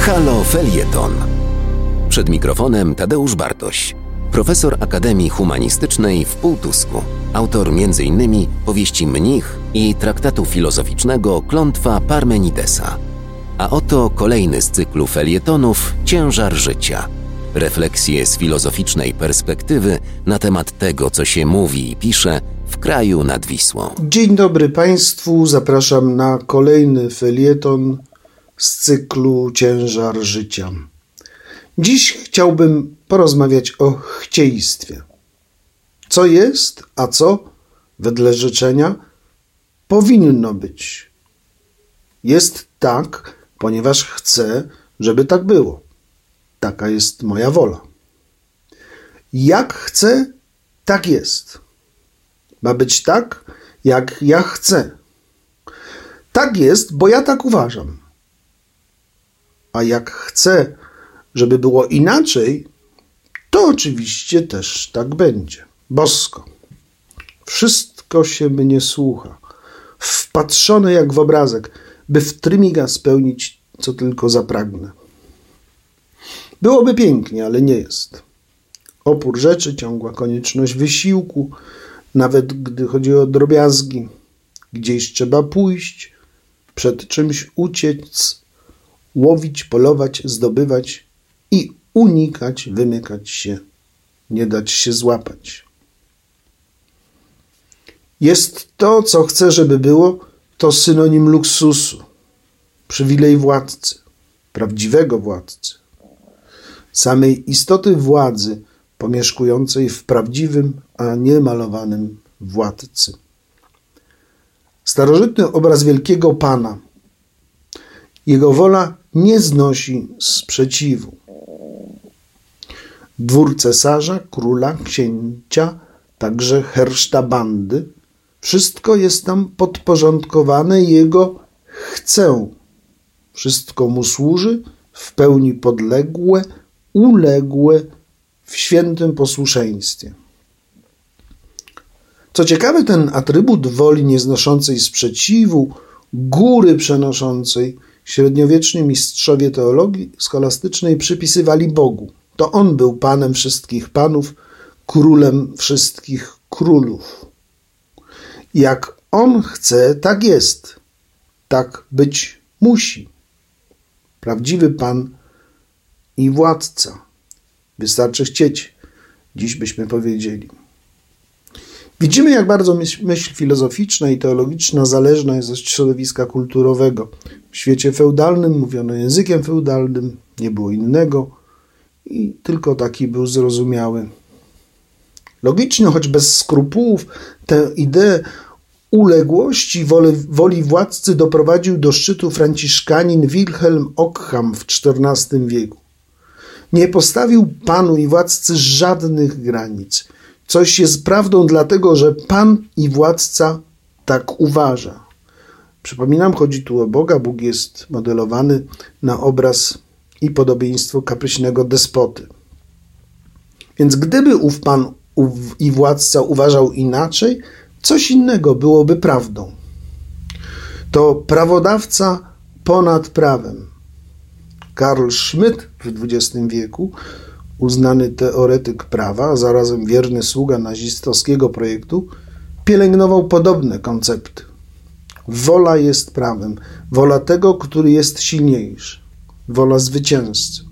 Halo Felieton. Przed mikrofonem Tadeusz Bartoś, profesor Akademii Humanistycznej w Półtusku, autor m.in. powieści Mnich i traktatu filozoficznego Klątwa Parmenidesa. A oto kolejny z cyklu felietonów Ciężar życia. Refleksje z filozoficznej perspektywy na temat tego, co się mówi i pisze w kraju nad Wisłą. Dzień dobry Państwu, zapraszam na kolejny felieton z cyklu Ciężar życia. Dziś chciałbym porozmawiać o chcieństwie. Co jest, a co, wedle życzenia, powinno być. Jest tak, ponieważ chcę, żeby tak było. Taka jest moja wola. Jak chcę, tak jest. Ma być tak, jak ja chcę. Tak jest, bo ja tak uważam. A jak chcę, żeby było inaczej, to oczywiście też tak będzie. Bosko. Wszystko się mnie słucha. Wpatrzone jak w obrazek, by w trymiga spełnić, co tylko zapragnę. Byłoby pięknie, ale nie jest. Opór rzeczy, ciągła konieczność wysiłku, nawet gdy chodzi o drobiazgi. Gdzieś trzeba pójść, przed czymś uciec, łowić, polować, zdobywać i unikać, wymykać się, nie dać się złapać. Jest to, co chcę, żeby było, to synonim luksusu, przywilej władcy, prawdziwego władcy, samej istoty władzy pomieszkującej w prawdziwym, a nie malowanym władcy. Starożytny obraz wielkiego Pana. Jego wola nie znosi sprzeciwu. Dwór cesarza, króla, księcia, także herszta bandy. Wszystko jest tam podporządkowane jego chcę. Wszystko mu służy, w pełni podległe, uległe, w świętym posłuszeństwie. Co ciekawe, ten atrybut woli nieznoszącej sprzeciwu, góry przenoszącej, średniowieczni mistrzowie teologii scholastycznej przypisywali Bogu. To On był Panem wszystkich panów, królem wszystkich królów. Jak On chce, tak jest. Tak być musi. Prawdziwy Pan i władca. Wystarczy chcieć, dziś byśmy powiedzieli. Widzimy, jak bardzo myśl filozoficzna i teologiczna zależna jest od środowiska kulturowego. W świecie feudalnym mówiono językiem feudalnym, nie było innego i tylko taki był zrozumiały. Logicznie, choć bez skrupułów, tę ideę uległości woli władcy doprowadził do szczytu franciszkanin Wilhelm Ockham w XIV wieku. Nie postawił Panu i władcy żadnych granic. Coś jest prawdą dlatego, że Pan i władca tak uważa. Przypominam, chodzi tu o Boga. Bóg jest modelowany na obraz i podobieństwo kapryśnego despoty. Więc gdyby ów Pan i władca uważał inaczej, coś innego byłoby prawdą. To prawodawca ponad prawem. Karl Schmitt w XX wieku, uznany teoretyk prawa, a zarazem wierny sługa nazistowskiego projektu, pielęgnował podobne koncepty. Wola jest prawem. Wola tego, który jest silniejszy. Wola zwycięzcy.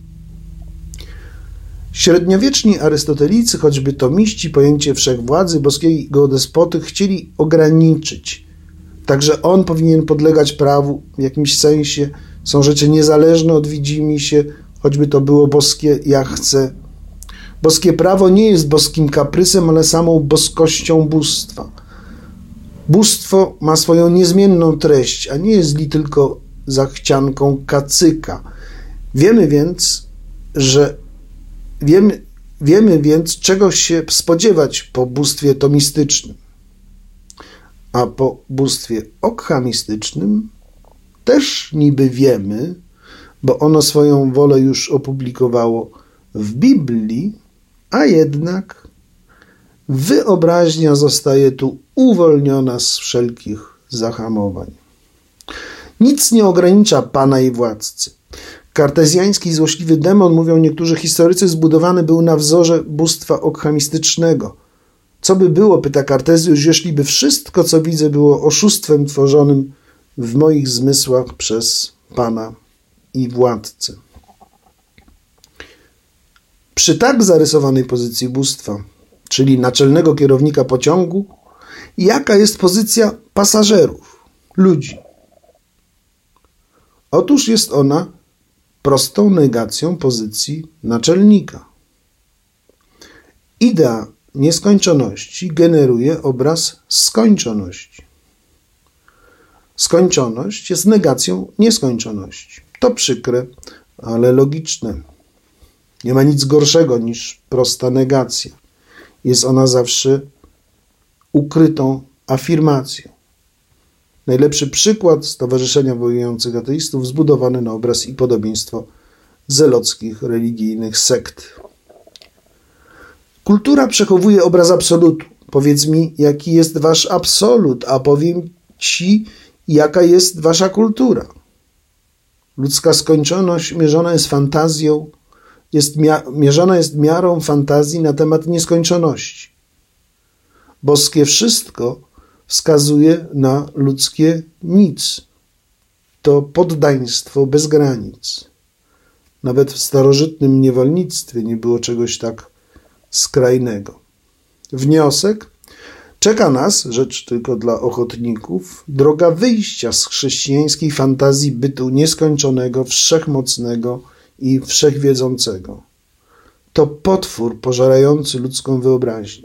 Średniowieczni arystotelicy, choćby tomiści, pojęcie wszechwładzy boskiego despoty chcieli ograniczyć. Także on powinien podlegać prawu w jakimś sensie. Są rzeczy niezależne od widzimisię, choćby to było boskie ja chcę. Boskie prawo nie jest boskim kaprysem, ale samą boskością bóstwa. Bóstwo ma swoją niezmienną treść, a nie jest li tylko zachcianką kacyka. Wiemy więc, czego się spodziewać po bóstwie tomistycznym. A po bóstwie ockhamistycznym też niby wiemy, bo ono swoją wolę już opublikowało w Biblii, a jednak wyobraźnia zostaje tu uwolniona z wszelkich zahamowań. Nic nie ogranicza Pana i władcy. Kartezjański złośliwy demon, mówią niektórzy historycy, zbudowany był na wzorze bóstwa okhamistycznego. Co by było, pyta Kartezjusz, jeśli by wszystko, co widzę, było oszustwem tworzonym w moich zmysłach przez Pana i Władcę. Przy tak zarysowanej pozycji bóstwa, czyli naczelnego kierownika pociągu, jaka jest pozycja pasażerów, ludzi? Otóż jest ona prostą negacją pozycji naczelnika. Idea nieskończoności generuje obraz skończoności. Skończoność jest negacją nieskończoności. To przykre, ale logiczne. Nie ma nic gorszego niż prosta negacja. Jest ona zawsze ukrytą afirmacją. Najlepszy przykład Stowarzyszenia Wojujących Ateistów zbudowany na obraz i podobieństwo zelockich religijnych sekt. Kultura przechowuje obraz absolutu. Powiedz mi, jaki jest wasz absolut, a powiem ci, jaka jest wasza kultura. Ludzka skończoność mierzona jest fantazją, mierzona jest miarą fantazji na temat nieskończoności. Boskie wszystko wskazuje na ludzkie nic. To poddaństwo bez granic. Nawet w starożytnym niewolnictwie nie było czegoś tak skrajnego. Wniosek: czeka nas, rzecz tylko dla ochotników, droga wyjścia z chrześcijańskiej fantazji bytu nieskończonego, wszechmocnego i wszechwiedzącego. To potwór pożerający ludzką wyobraźnię.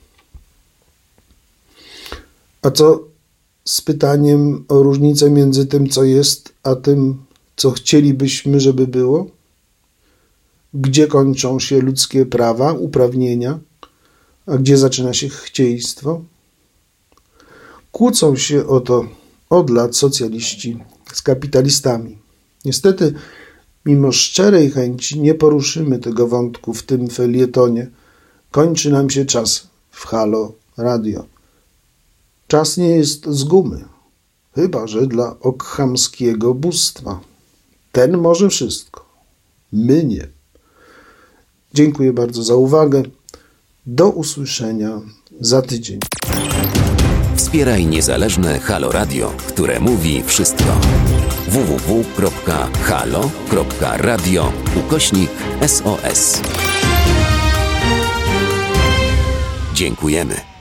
A co z pytaniem o różnicę między tym, co jest, a tym, co chcielibyśmy, żeby było? Gdzie kończą się ludzkie prawa, uprawnienia, a gdzie zaczyna się chcieństwo? Kłócą się o to od lat socjaliści z kapitalistami. Niestety, mimo szczerej chęci nie poruszymy tego wątku w tym felietonie. Kończy nam się czas w Halo Radio. Czas nie jest z gumy, chyba że dla okhamskiego bóstwa. Ten może wszystko, my nie. Dziękuję bardzo za uwagę. Do usłyszenia za tydzień. Wspieraj niezależne Halo Radio, które mówi wszystko. www.halo.radio/SOS. Dziękujemy.